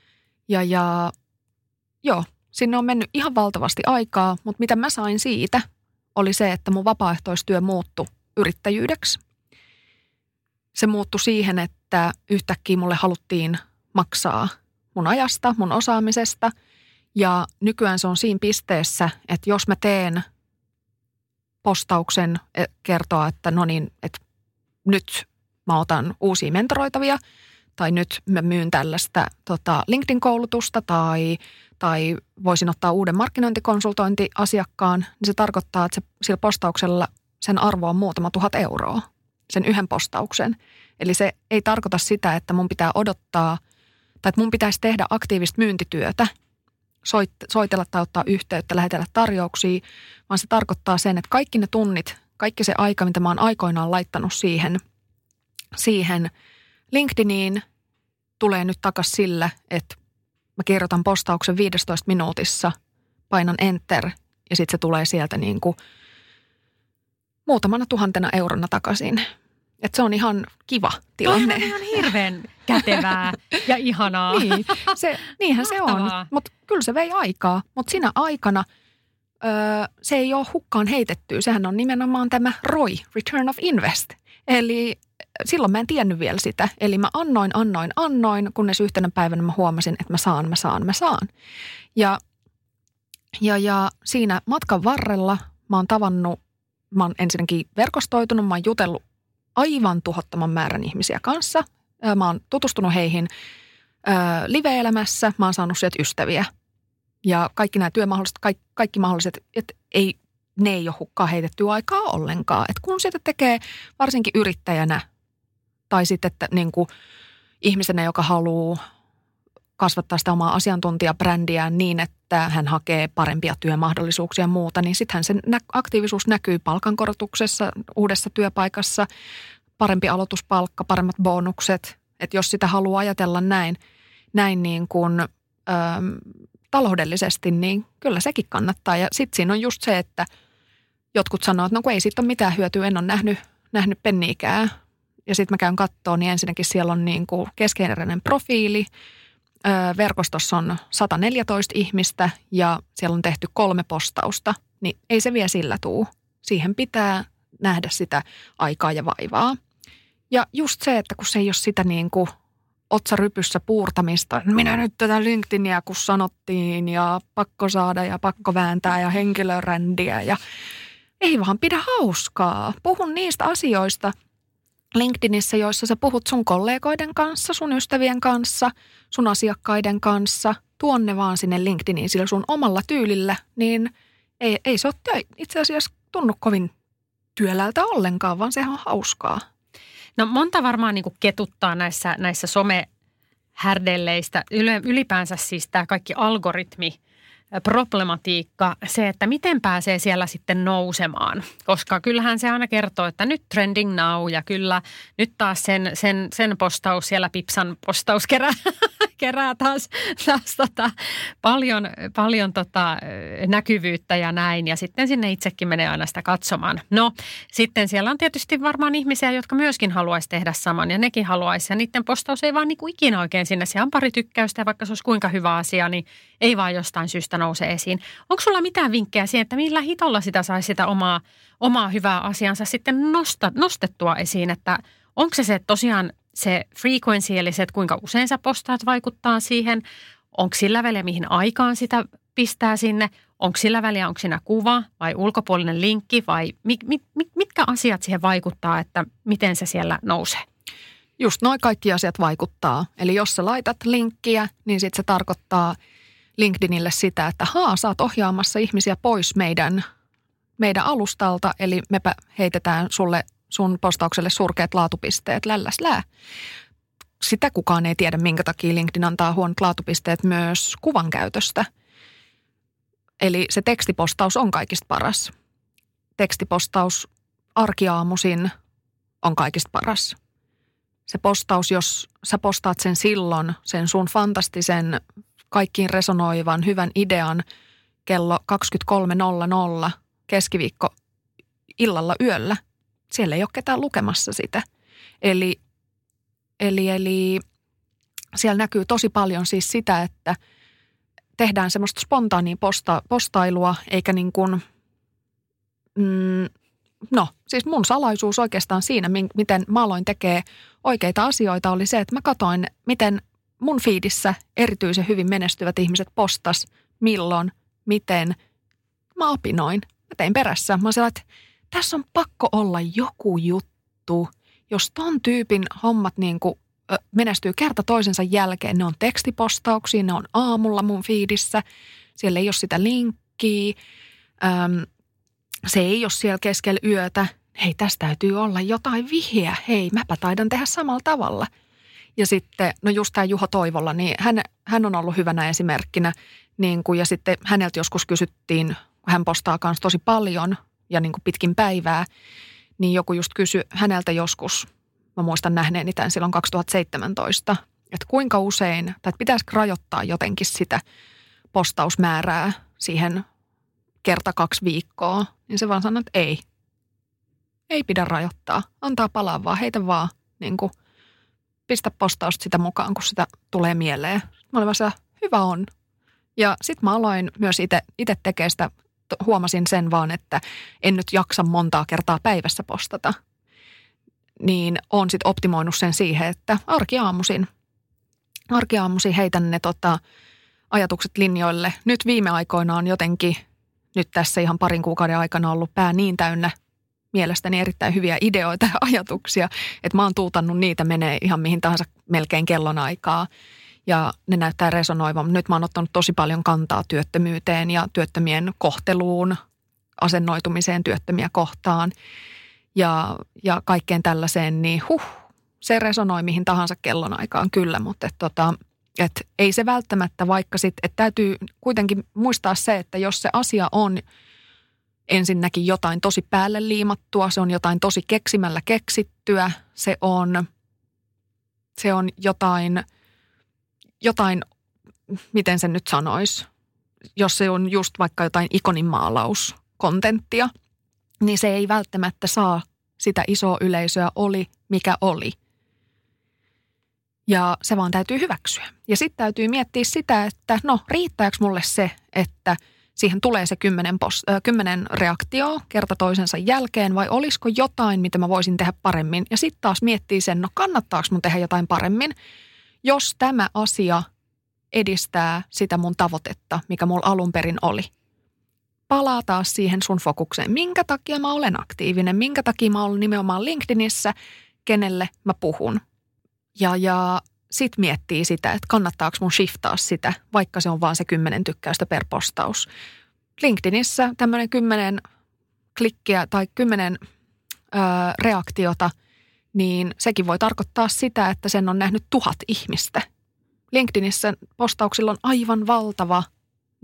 joo, sinne on mennyt ihan valtavasti aikaa, mutta mitä mä sain siitä oli se, että mun vapaaehtoistyö muuttui yrittäjyydeksi. Se muuttui siihen, että yhtäkkiä mulle haluttiin maksaa mun ajasta, mun osaamisesta. Ja nykyään se on siinä pisteessä, että jos mä teen postauksen kertoa, että no niin, että nyt mä otan uusia mentoroitavia tai nyt mä myyn tällaista LinkedIn-koulutusta tai voisin ottaa uuden markkinointikonsultointiasiakkaan, niin se tarkoittaa, että sillä postauksella sen arvo on muutama 1000 euroa, sen yhden postauksen. Eli se ei tarkoita sitä, että mun pitää odottaa tai että mun pitäisi tehdä aktiivista myyntityötä, soitella tai ottaa yhteyttä, lähetellä tarjouksia, vaan se tarkoittaa sen, että kaikki ne tunnit, kaikki se aika, mitä mä oon aikoinaan laittanut siihen LinkedIniin, tulee nyt takaisin sillä, että mä kirjoitan postauksen 15 minuutissa, painan enter ja sitten se tulee sieltä niin kuin muutamana 1000 eurona takaisin. Että se on ihan kiva tilanne. Toi on ihan hirveän kätevää ja ihanaa. Niinhän se on. Mutta kyllä se vei aikaa. Mutta siinä aikana se ei ole hukkaan heitettyä. Sehän on nimenomaan tämä ROI, Return of Invest. Eli silloin mä en tiennyt vielä sitä. Eli mä annoin, kunnes yhtenä päivänä mä huomasin, että mä saan. Ja siinä matkan varrella mä oon ensinnäkin verkostoitunut, mä oon jutellut aivan tuhottoman määrän ihmisiä kanssa. Mä oon tutustunut heihin live-elämässä, mä oon saanut sieltä ystäviä. Ja kaikki nämä työmahdolliset, kaikki mahdolliset, että ne ei ole hukkaan heitettyä aikaa ollenkaan. Että kun sitä tekee varsinkin yrittäjänä tai sitten että niin kuin ihmisenä, joka haluaa kasvattaa sitä omaa asiantuntijabrändiään niin, että hän hakee parempia työmahdollisuuksia ja muuta, niin sittenhän se aktiivisuus näkyy palkankorotuksessa, uudessa työpaikassa, parempi aloituspalkka, paremmat bonukset. Että jos sitä haluaa ajatella näin niin kuin taloudellisesti, niin kyllä sekin kannattaa. Ja sitten siinä on just se, että jotkut sanoo, että no kun ei siitä ole mitään hyötyä, en ole nähnyt penniikään. Ja sitten mä käyn katsoa, niin ensinnäkin siellä on niin kuin keskeneräinen profiili. Verkostossa on 114 ihmistä ja siellä on tehty 3 postausta, niin ei se vielä sillä tuu. Siihen pitää nähdä sitä aikaa ja vaivaa. Ja just se, että kun se ei ole sitä niin kuin otsarypyssä puurtamista, että minä nyt tätä LinkedInia kun sanottiin ja pakko saada ja pakko vääntää ja henkilörändiä ja ei vaan pidä hauskaa. Puhun niistä asioista LinkedInissä, joissa sä puhut sun kollegoiden kanssa, sun ystävien kanssa, sun asiakkaiden kanssa. Tuonne vaan sinne LinkedIniin sillä sun omalla tyylillä, niin ei se ole itse asiassa tunnu kovin työläältä ollenkaan, vaan sehän on hauskaa. No monta varmaan niin kuin ketuttaa näissä somehärdelleistä. Ylipäänsä siis tämä kaikki algoritmi problematiikka se, että miten pääsee siellä sitten nousemaan. Koska kyllähän se aina kertoo, että nyt trending now ja kyllä nyt taas sen postaus siellä Pipsan postaus kerää taas paljon näkyvyyttä ja näin. Ja sitten sinne itsekin menee aina sitä katsomaan. No sitten siellä on tietysti varmaan ihmisiä, jotka myöskin haluaisi tehdä saman ja nekin haluaisi. Ja niiden postaus ei vaan niin kuin ikinä oikein sinne. Se on pari tykkäystä ja vaikka se olisi kuinka hyvä asia, niin ei vaan jostain syystä nouse esiin. Onko sulla mitään vinkkejä siihen, että millä hitolla sitä saisi sitä omaa hyvää asiansa sitten nostettua esiin? Että onko se tosiaan se frequency, eli se, että kuinka usein sä postaat vaikuttaa siihen? Onko sillä väliä, mihin aikaan sitä pistää sinne? Onko sillä väliä, onko siinä kuva vai ulkopuolinen linkki vai mitkä asiat siihen vaikuttaa, että miten se siellä nousee? Just noin kaikki asiat vaikuttaa. Eli jos sä laitat linkkiä, niin sitten se tarkoittaa LinkedInille sitä, että sä oot ohjaamassa ihmisiä pois meidän alustalta, eli mepä heitetään sun postaukselle surkeat laatupisteet, lälläslää. Sitä kukaan ei tiedä, minkä takia LinkedIn antaa huonot laatupisteet myös kuvan käytöstä. Eli se tekstipostaus on kaikista paras. Tekstipostaus arkiaamuisin on kaikista paras. Se postaus, jos sä postaat sen silloin, sen sun fantastisen, kaikkiin resonoivan, hyvän idean kello 23.00 keskiviikko illalla yöllä, siellä ei ole ketään lukemassa sitä. Eli siellä näkyy tosi paljon siis sitä, että tehdään semmoista spontaania postailua, eikä niin kuin, siis mun salaisuus oikeastaan siinä, miten mä aloin tekee oikeita asioita, oli se, että mä katsoin, miten mun feedissä erityisen hyvin menestyvät ihmiset postas, milloin, miten. Mä opinoin, mä tein perässä. Mä sanoin, että tässä on pakko olla joku juttu, jos ton tyypin hommat niin kuin menestyy kerta toisensa jälkeen. Ne on tekstipostauksia, ne on aamulla mun feedissä, siellä ei ole sitä linkkiä, se ei ole siellä keskellä yötä. Hei, tästä täytyy olla jotain vihjeä. Hei, mäpä taidan tehdä samalla tavalla. Ja sitten, no just tämä Juho Toivola, niin hän on ollut hyvänä esimerkkinä. Niin kuin, ja sitten häneltä joskus kysyttiin, kun hän postaa kanssa tosi paljon ja niin kuin pitkin päivää, niin joku just kysyi häneltä joskus, mä muistan nähneeni tämän silloin 2017, että kuinka usein, tai että pitäisikö rajoittaa jotenkin sitä postausmäärää siihen kerta 2 viikkoa, niin se vaan sanoi, että ei pidä rajoittaa, antaa palaa vaan, heitä vaan, niin kuin, pistä postausta sitä mukaan, kun sitä tulee mieleen. Mä olin vaan hyvä on. Ja sitten mä aloin myös itse tekemään sitä, huomasin sen vaan, että en nyt jaksa montaa kertaa päivässä postata. Niin oon sitten optimoinut sen siihen, että arkiaamuisin heitän ne ajatukset linjoille. Nyt viime aikoina on jotenkin, nyt tässä ihan parin kuukauden aikana ollut pää niin täynnä mielestäni erittäin hyviä ideoita ja ajatuksia, että mä oon tuutannut niitä menee ihan mihin tahansa melkein kellonaikaa. Ja ne näyttää resonoivan. Nyt mä oon ottanut tosi paljon kantaa työttömyyteen ja työttömien kohteluun, asennoitumiseen työttömiä kohtaan ja kaikkeen tällaiseen, niin se resonoi mihin tahansa kellonaikaan kyllä, mutta että ei se välttämättä vaikka sitten, että täytyy kuitenkin muistaa se, että jos se asia on ensinnäkin jotain tosi päälle liimattua, se on jotain tosi keksimällä keksittyä, se on jotain, miten sen nyt sanoisi, jos se on just vaikka jotain ikoninmaalauskontenttia, niin se ei välttämättä saa sitä isoa yleisöä oli, mikä oli. Ja se vaan täytyy hyväksyä. Ja sitten täytyy miettiä sitä, että riittääkö mulle se, että siihen tulee se 10 reaktioa kerta toisensa jälkeen vai olisiko jotain, mitä mä voisin tehdä paremmin. Ja sitten taas miettii sen, kannattaako mun tehdä jotain paremmin, jos tämä asia edistää sitä mun tavoitetta, mikä mulla alun perin oli. Palaa taas siihen sun fokukseen. Minkä takia mä olen aktiivinen? Minkä takia mä olen nimenomaan LinkedInissä? Kenelle mä puhun? Ja sit miettii sitä, että kannattaako mun shiftaa sitä, vaikka se on vaan se 10 tykkäystä per postaus. LinkedInissä tämmöinen 10 klikkiä tai 10 reaktiota, niin sekin voi tarkoittaa sitä, että sen on nähnyt 1000 ihmistä. LinkedInissä postauksilla on aivan valtava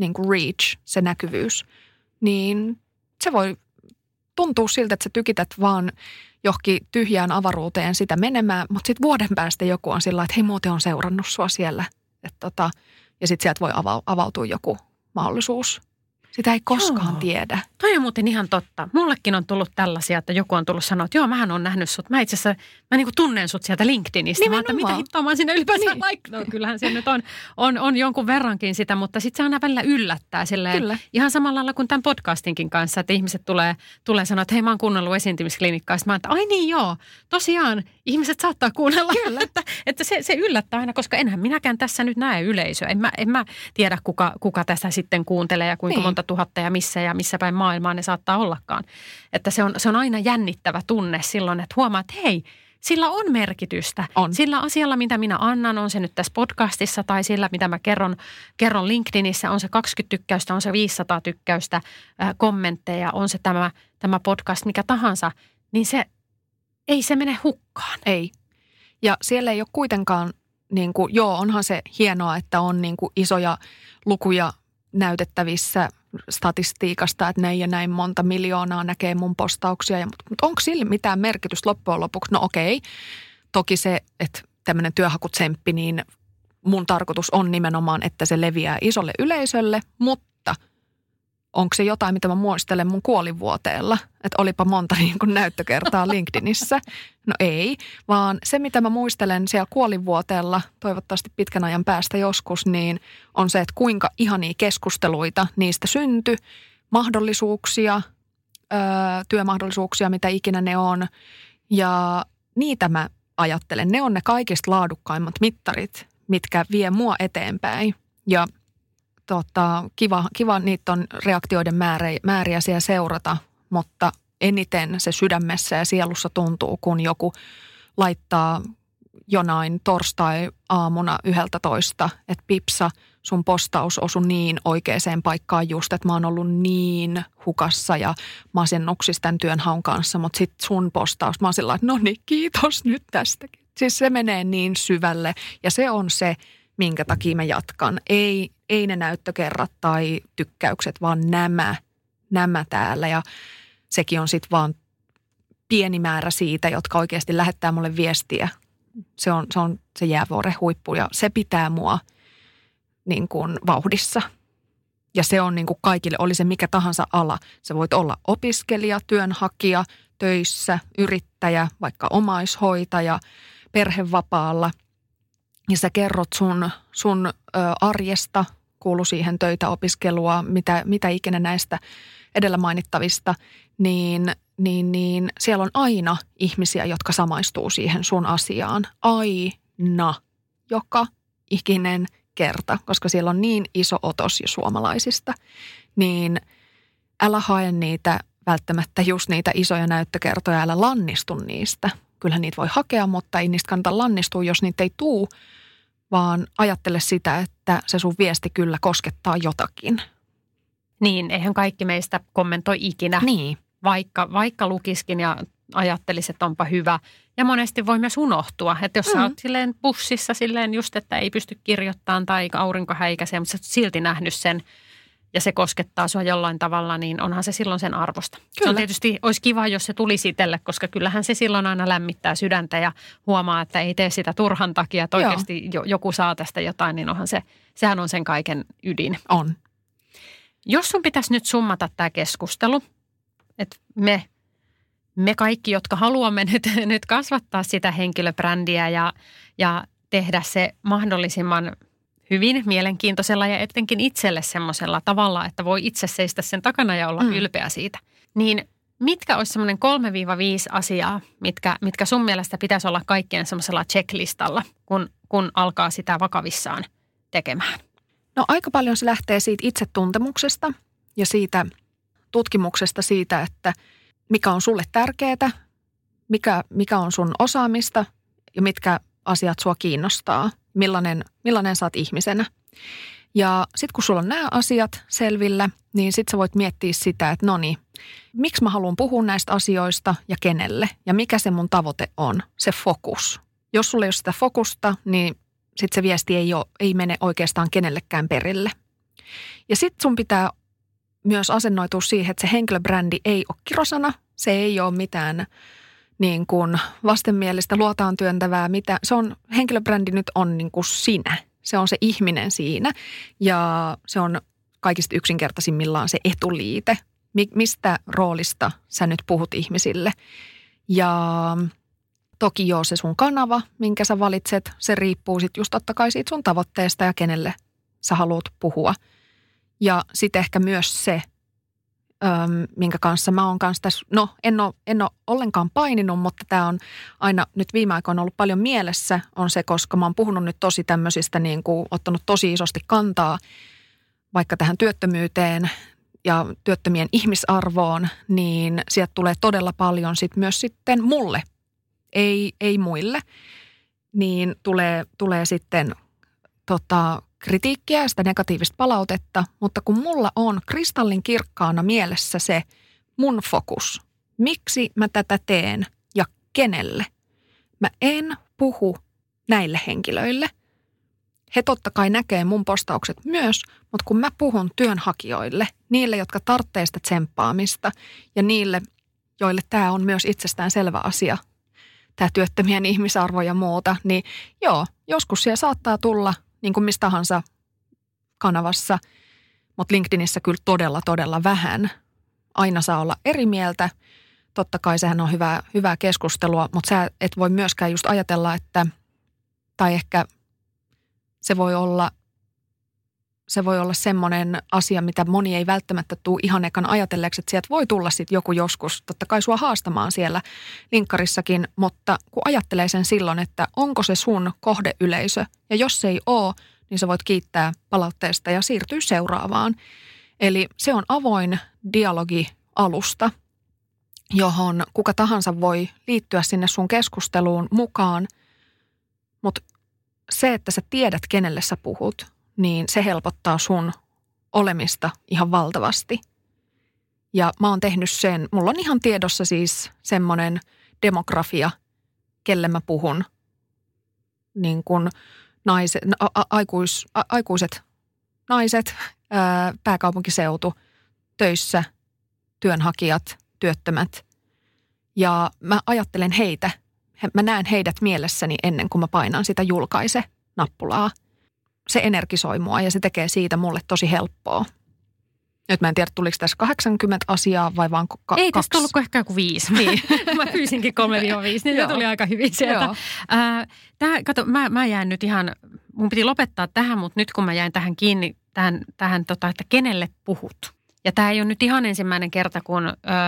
niin kuin reach, se näkyvyys, niin se voi tuntua siltä, että sä tykität vaan johonkin tyhjään avaruuteen sitä menemään, mutta sitten vuoden päästä joku on sillä, että hei, muuten on seurannut sua siellä. Ja sitten sieltä voi avautua joku mahdollisuus. Sitä ei koskaan tiedä. Toi on muuten ihan totta. Mullekin on tullut tällaisia, että joku on tullut sanoa, että joo, mähän on nähnyt sut. Mä itse asiassa, niinku tunnen sut sieltä LinkedInistä. Mä että mitä hittoa mä oon siinä ylipäänsä no, kyllähän se nyt on jonkun verrankin sitä, mutta sitten se aina välillä yllättää silleen. Ihan samalla lailla kuin tämän podcastinkin kanssa, että ihmiset tulee sanoa, että hei, mä oon kuunnellut esiintymisklinikkaa. Sitten mä että ai niin joo, tosiaan ihmiset saattaa kuunnella. Kyllä. että se yllättää aina, koska enhän minäkään tässä nyt näe yleisöä. En mä tiedä, kuka tässä sitten kuuntelee ja kuinka monta tuhatta ja missä päin maailmaa ne saattaa ollakaan. Että se on aina jännittävä tunne silloin, että huomaa, että hei, sillä on merkitystä. On. Sillä asialla, mitä minä annan, on se nyt tässä podcastissa tai sillä, mitä mä kerron LinkedInissä, on se 20 tykkäystä, on se 500 tykkäystä, kommentteja, on se tämä podcast, mikä tahansa, niin ei se mene hukkaan. Ei. Ja siellä ei ole kuitenkaan, niin kuin, onhan se hienoa, että on niin kuin isoja lukuja näytettävissä statistiikasta, että näin ja näin monta miljoonaa näkee mun postauksia. Mutta onko sillä mitään merkitystä loppujen lopuksi? No okei, toki se, että tämmöinen työhakutsemppi, niin mun tarkoitus on nimenomaan, että se leviää isolle yleisölle, mutta onko se jotain, mitä mä muistelen mun kuolinvuoteella, että olipa monta niin kuin näyttökertaa LinkedInissä? No ei, vaan se, mitä mä muistelen siellä kuolinvuoteella, toivottavasti pitkän ajan päästä joskus, niin on se, että kuinka ihania keskusteluita niistä syntyi, mahdollisuuksia, työmahdollisuuksia, mitä ikinä ne on. Ja niitä mä ajattelen, ne on ne kaikista laadukkaimmat mittarit, mitkä vie mua eteenpäin. Ja kiva niitä on reaktioiden määriä siellä seurata, mutta eniten se sydämessä ja sielussa tuntuu, kun joku laittaa jonain torstai-aamuna 11, että Pipsa, sun postaus osui niin oikeaan paikkaan just, että mä oon ollut niin hukassa ja masennuksissa tämän työnhaun kanssa, mutta sitten sun postaus, mä oon sillä että no niin, kiitos nyt tästäkin. Siis se menee niin syvälle ja se on se, minkä takia mä jatkan. Ei ne näyttökerrat tai tykkäykset, vaan nämä täällä. Ja sekin on sitten vaan pieni määrä siitä, jotka oikeasti lähettää mulle viestiä. Se on se jäävuoren huippu ja se pitää mua niin kuin vauhdissa. Ja se on niin kuin kaikille, oli se mikä tahansa ala. Sä voit olla opiskelija, työnhakija, töissä, yrittäjä, vaikka omaishoitaja, perhevapaalla. Ja sä kerrot sun arjesta, kuulu siihen töitä, opiskelua, mitä ikinä näistä edellä mainittavista, niin siellä on aina ihmisiä, jotka samaistuu siihen sun asiaan. Aina, joka ikinen kerta, koska siellä on niin iso otos jo suomalaisista, niin älä hae niitä välttämättä just niitä isoja näyttökertoja, älä lannistu niistä. Kyllähän niitä voi hakea, mutta ei niistä kannata lannistua, jos niitä ei tule, vaan ajattele sitä, että se sun viesti kyllä koskettaa jotakin. Niin, eihän kaikki meistä kommentoi ikinä, niin. vaikka lukiskin ja ajattelisi, että onpa hyvä. Ja monesti voi myös unohtua, että jos sä oot silleen bussissa silleen just, että ei pysty kirjoittamaan tai aurinko häikäisee, mutta sä oot silti nähnyt sen ja se koskettaa sua jollain tavalla, niin onhan se silloin sen arvosta. Kyllä. Se on tietysti, olisi kiva, jos se tulisi itselle, koska kyllähän se silloin aina lämmittää sydäntä ja huomaa, että ei tee sitä turhan takia, että oikeasti joku saa tästä jotain, niin sehän on sen kaiken ydin. On. Jos sun pitäisi nyt summata tämä keskustelu, että me kaikki, jotka haluamme nyt kasvattaa sitä henkilöbrändiä ja tehdä se mahdollisimman hyvin mielenkiintoisella ja etenkin itselle semmoisella tavalla, että voi itse seistä sen takana ja olla ylpeä siitä. Niin mitkä olisi semmoinen 3-5 asiaa, mitkä sun mielestä pitäisi olla kaikkien semmoisella checklistalla, kun alkaa sitä vakavissaan tekemään? No aika paljon se lähtee siitä itsetuntemuksesta ja siitä tutkimuksesta siitä, että mikä on sulle tärkeää, mikä on sun osaamista ja mitkä asiat sua kiinnostaa, millainen sä oot ihmisenä. Ja sitten kun sulla on nämä asiat selvillä, niin sitten sä voit miettiä sitä, että no niin, miksi mä haluan puhua näistä asioista ja kenelle ja mikä se mun tavoite on, se fokus. Jos sulla ei ole sitä fokusta, niin sitten se viesti ei mene oikeastaan kenellekään perille. Ja sitten sun pitää myös asennoitua siihen, että se henkilöbrändi ei ole kirosana. Se ei ole mitään niin kuin vastenmielistä luotaan työntävää. Henkilöbrändi nyt on niin kuin sinä. Se on se ihminen siinä ja se on kaikista yksinkertaisimmillaan se etuliite. Mistä roolista sä nyt puhut ihmisille? Ja toki se sun kanava, minkä sä valitset, se riippuu sitten just totta kai siitä sun tavoitteesta ja kenelle sä haluat puhua. Ja sitten ehkä myös se, minkä kanssa mä oon kanssa tässä, en ole ollenkaan paininut, mutta tämä on aina nyt viime aikoina ollut paljon mielessä, on se, koska mä oon puhunut nyt tosi tämmöisistä niin kuin ottanut tosi isosti kantaa vaikka tähän työttömyyteen ja työttömien ihmisarvoon, niin sieltä tulee todella paljon myös sitten mulle, ei muille, niin tulee sitten kritiikkiä ja sitä negatiivista palautetta, mutta kun mulla on kristallin kirkkaana mielessä se mun fokus, miksi mä tätä teen ja kenelle, mä en puhu näille henkilöille. He totta kai näkee mun postaukset myös, mutta kun mä puhun työnhakijoille, niille, jotka tarvitsee sitä tsemppaamista ja niille, joille tämä on myös itsestään selvä asia, tämä työttömien ihmisarvo ja muuta, niin joskus siellä saattaa tulla niin kuin mistä tahansa kanavassa, mutta LinkedInissä kyllä todella vähän. Aina saa olla eri mieltä. Totta kai sehän on hyvää keskustelua, mutta sä et voi myöskään just ajatella, että, tai ehkä se voi olla semmoinen asia, mitä moni ei välttämättä tule ihan ekan ajatelleeksi, että sieltä voi tulla sitten joku joskus, totta kai sua haastamaan siellä linkkarissakin, mutta kun ajattelee sen silloin, että onko se sun kohdeyleisö, ja jos se ei ole, niin sä voit kiittää palautteesta ja siirtyä seuraavaan. Eli se on avoin dialogialusta, johon kuka tahansa voi liittyä sinne sun keskusteluun mukaan, mutta se, että sä tiedät, kenelle sä puhut, niin se helpottaa sun olemista ihan valtavasti. Ja mä oon tehnyt sen, mulla on ihan tiedossa siis semmoinen demografia, kelle mä puhun. Niin kuin aikuiset naiset, pääkaupunkiseutu, töissä, työnhakijat, työttömät. Ja mä ajattelen heitä, mä näen heidät mielessäni ennen kuin mä painan sitä julkaise-nappulaa. Se energisoi mua ja se tekee siitä mulle tosi helppoa. Nyt mä en tiedä, tuliko tässä 80 asiaa vai vaan 2? Ei tästä ollut ehkä joku 5. Niin. Mä pyysinkin 3-5, niin se tuli aika hyvin sieltä. Kato, mä jäin nyt ihan, mun piti lopettaa tähän, mutta nyt kun mä jäin tähän kiinni, tähän että kenelle puhut. Ja tämä ei ole nyt ihan ensimmäinen kerta, kun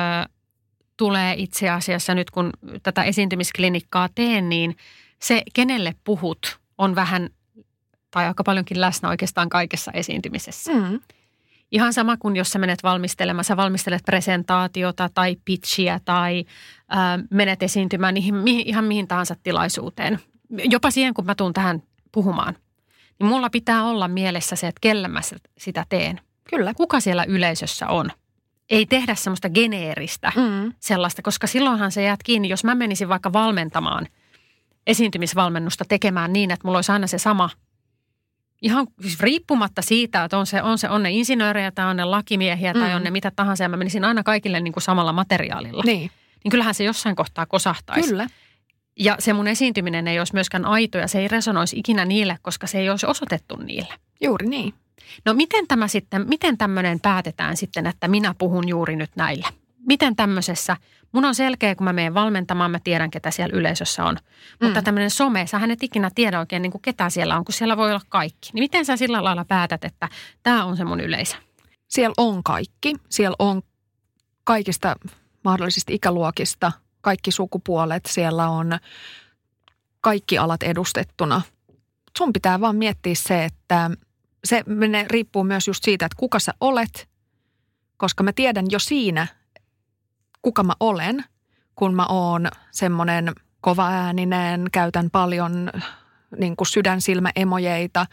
tulee itse asiassa nyt, kun tätä esiintymisklinikkaa teen, niin se kenelle puhut on vähän tai aika paljonkin läsnä oikeastaan kaikessa esiintymisessä. Ihan sama kuin jos sä menet valmistelemaan, sä valmistelet presentaatiota tai pitchiä tai menet esiintymään ihan mihin tahansa tilaisuuteen. Jopa siihen, kun mä tuun tähän puhumaan, niin mulla pitää olla mielessä se, että kelle mä sitä teen. Kyllä. Kuka siellä yleisössä on. Ei tehdä semmoista geneeristä sellaista, koska silloinhan sä jäät kiinni, jos mä menisin vaikka valmentamaan esiintymisvalmennusta tekemään niin, että mulla olisi aina se sama. Ihan siis riippumatta siitä, että on ne insinöörejä tai on ne lakimiehiä tai on ne mitä tahansa. Ja mä menisin aina kaikille niin kuin samalla materiaalilla. Niin kyllähän se jossain kohtaa kosahtaisi. Kyllä. Ja se mun esiintyminen ei olisi myöskään aito ja se ei resonoisi ikinä niille, koska se ei olisi osoitettu niille. Juuri niin. No miten tämmöinen päätetään sitten, että minä puhun juuri nyt näille? Miten tämmöisessä, mun on selkeä, kun mä menen valmentamaan, mä tiedän, ketä siellä yleisössä on. Mutta tämmöinen some, sähän et ikinä tiedä oikein, niin kuin ketä siellä on, kun siellä voi olla kaikki. Niin miten sä sillä lailla päätät, että tämä on se mun yleisö? Siellä on kaikki. Siellä on kaikista mahdollisista ikäluokista, kaikki sukupuolet. Siellä on kaikki alat edustettuna. Sun pitää vaan miettiä se, että se riippuu myös just siitä, että kuka sä olet, koska mä tiedän jo siinä, kuka mä olen, kun mä oon semmoinen kovaääninen, käytän paljon niin kuin sydänsilmäemojeita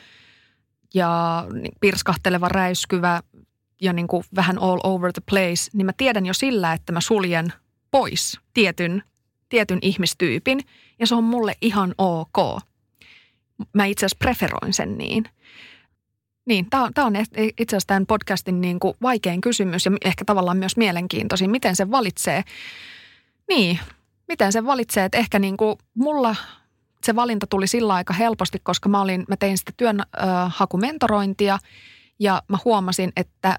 ja pirskahteleva, räiskyvä ja niin kuin vähän all over the place, niin mä tiedän jo sillä, että mä suljen pois tietyn ihmistyypin ja se on mulle ihan ok. Mä itse asiassa preferoin sen niin. Niin, tämä on itse asiassa tämän podcastin niin kuin vaikein kysymys ja ehkä tavallaan myös mielenkiintoisin. Miten se valitsee? Niin, miten se valitsee? Että ehkä niin kuin mulla se valinta tuli sillä aika helposti, koska mä tein sitä työnhakumentorointia ja mä huomasin, että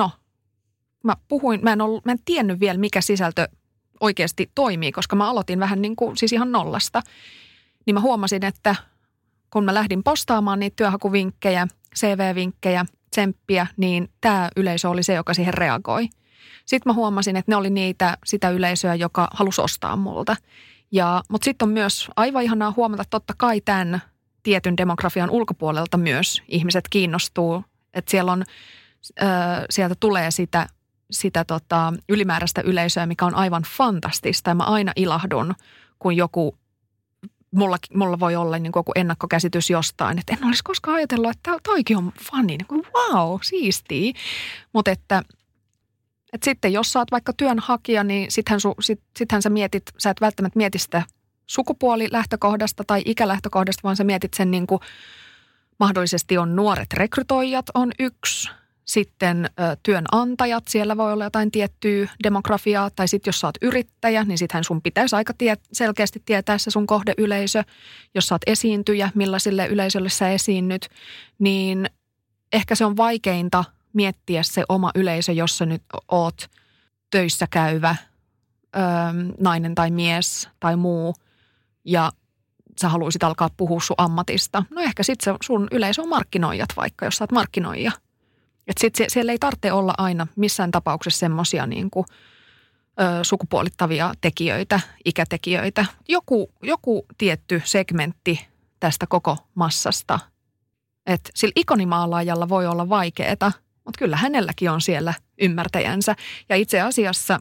mä en tiennyt vielä, mikä sisältö oikeasti toimii, koska mä aloitin vähän niin kuin siis ihan nollasta. Niin mä huomasin, että kun mä lähdin postaamaan niitä työhakuvinkkejä, CV-vinkkejä, tsemppiä, niin tämä yleisö oli se, joka siihen reagoi. Sitten mä huomasin, että ne oli sitä yleisöä, joka halusi ostaa multa. Mutta sitten on myös aivan ihanaa huomata, että totta kai tämän tietyn demografian ulkopuolelta myös ihmiset kiinnostuu. Että sieltä tulee sitä ylimääräistä yleisöä, mikä on aivan fantastista. Ja mä aina ilahdun, kun mulla voi olla niin kuin joku ennakkokäsitys jostain, että en olisi koskaan ajatellut, että toikin on fani. Niin kuin, wow, siistii. Mutta että sitten jos sä oot vaikka työnhakija, niin sittenhän sä et välttämättä mieti sitä sukupuolilähtökohdasta tai ikälähtökohdasta, vaan sä mietit sen niin kuin mahdollisesti on nuoret rekrytoijat on yksi. Sitten työnantajat, siellä voi olla jotain tiettyä demografiaa, tai sitten jos sä oot yrittäjä, niin sittenhän sun pitäisi aika selkeästi tietää se sun kohdeyleisö. Jos sä oot esiintyjä, millaisille yleisölle sä esiinnyt, niin ehkä se on vaikeinta miettiä se oma yleisö, jos sä nyt oot töissä käyvä nainen tai mies tai muu, ja sä haluaisit alkaa puhua sun ammatista. No ehkä sitten sun yleisö on markkinoijat vaikka, jos sä oot markkinoija. Että sitten siellä ei tarvitse olla aina missään tapauksessa semmoisia niinku, sukupuolittavia tekijöitä, ikätekijöitä. Joku tietty segmentti tästä koko massasta. Että sillä ikonimaalaajalla voi olla vaikeaa, mutta kyllä hänelläkin on siellä ymmärtäjänsä. Ja itse asiassa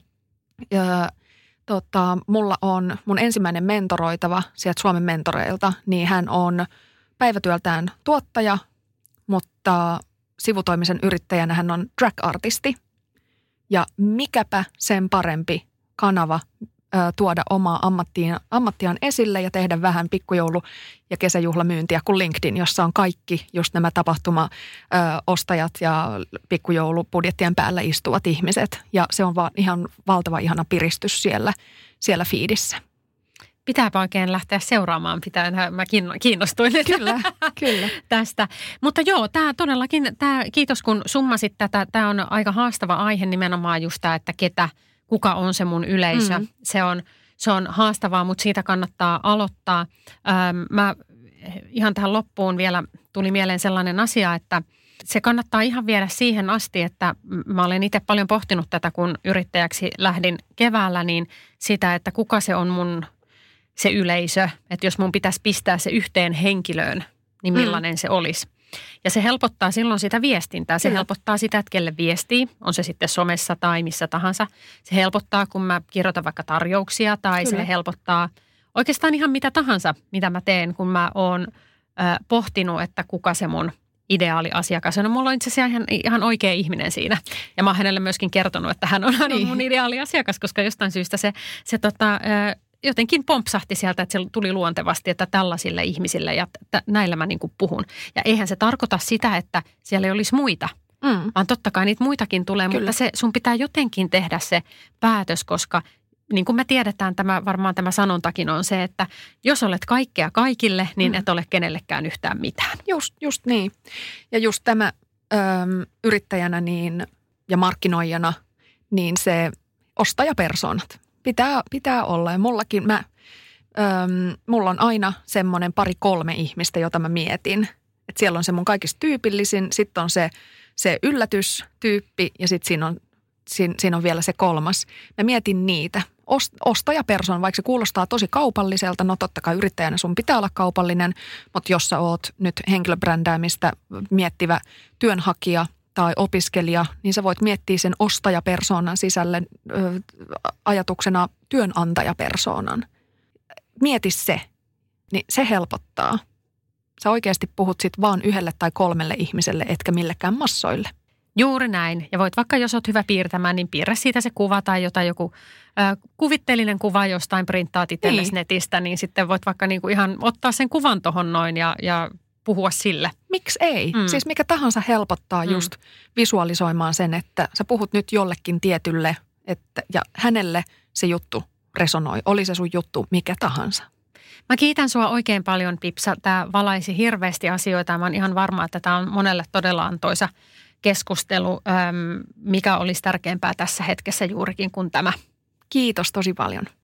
mulla on mun ensimmäinen mentoroitava sieltä Suomen mentoreilta, niin hän on päivätyöltään tuottaja, mutta sivutoimisen yrittäjänä hän on drag-artisti. Ja mikäpä sen parempi kanava tuoda omaa ammattiaan esille ja tehdä vähän pikkujoulu- ja kesäjuhlamyyntiä kuin LinkedIn, jossa on kaikki just nämä tapahtuma-ostajat ja pikkujoulubudjettien päällä istuvat ihmiset. Ja se on vaan ihan valtava ihana piristys siellä feedissä. Pitääpä oikein lähteä seuraamaan, mä kiinnostuin kyllä. tästä. Mutta joo, tämä todellakin, kiitos kun summasit tätä, tämä on aika haastava aihe nimenomaan just tämä, että kuka on se mun yleisö. Se on haastavaa, mutta siitä kannattaa aloittaa. Mä ihan tähän loppuun vielä tuli mieleen sellainen asia, että se kannattaa ihan viedä siihen asti, että mä olen itse paljon pohtinut tätä, kun yrittäjäksi lähdin keväällä, niin sitä, että kuka se on se yleisö, että jos mun pitäisi pistää se yhteen henkilöön, niin millainen se olisi. Ja se helpottaa silloin sitä viestintää. Se helpottaa sitä, että kelle viestii, on se sitten somessa tai missä tahansa. Se helpottaa, kun mä kirjoitan vaikka tarjouksia tai se helpottaa oikeastaan ihan mitä tahansa, mitä mä teen, kun mä oon pohtinut, että kuka se mun ideaaliasiakas on. No, mulla on itse asiassa ihan oikea ihminen siinä. Ja mä oon hänelle myöskin kertonut, että hän on mun ideaaliasiakas, koska jostain syystä se jotenkin pompsahti sieltä, että se tuli luontevasti, että tällaisille ihmisille ja näillä mä niin kuin puhun. Ja eihän se tarkoita sitä, että siellä ei olisi muita, vaan totta kai niitä muitakin tulee, kyllä. Mutta sun pitää jotenkin tehdä se päätös, koska niin kuin me tiedetään, varmaan tämä sanontakin on se, että jos olet kaikkea kaikille, niin et ole kenellekään yhtään mitään. Just niin. Ja just tämä yrittäjänä ja markkinoijana, niin se ostajapersonat. Pitää olla ja mulla on aina semmoinen 2-3 ihmistä, jota mä mietin. Että siellä on se mun kaikista tyypillisin, sitten on se yllätystyyppi ja sitten siinä on vielä se 3. Mä mietin niitä. Ostajapersoon, vaikka se kuulostaa tosi kaupalliselta, no totta kai yrittäjänä sun pitää olla kaupallinen, mutta jos sä oot nyt henkilöbrändäämistä miettivä työnhakija tai opiskelija, niin sä voit miettiä sen ostajapersoonan sisälle ajatuksena työnantajapersoonan. Mieti se, niin se helpottaa. Sä oikeasti puhut sit vaan 1 tai 3 ihmiselle, etkä millekään massoille. Juuri näin. Ja voit vaikka, jos oot hyvä piirtämään, niin piirrä siitä se kuva tai joku kuvitteellinen kuva jostain printtaat itsellesi netistä, niin sitten voit vaikka niinku ihan ottaa sen kuvan tohon noin ja puhua sille. Miksi ei? Siis mikä tahansa helpottaa just visualisoimaan sen, että sä puhut nyt jollekin tietylle, ja hänelle se juttu resonoi. Oli se sun juttu mikä tahansa. Mä kiitän sua oikein paljon, Pipsa. Tämä valaisi hirveästi asioita. Mä oon ihan varma, että tämä on monelle todella antoisa keskustelu, mikä olisi tärkeämpää tässä hetkessä juurikin kuin tämä. Kiitos tosi paljon.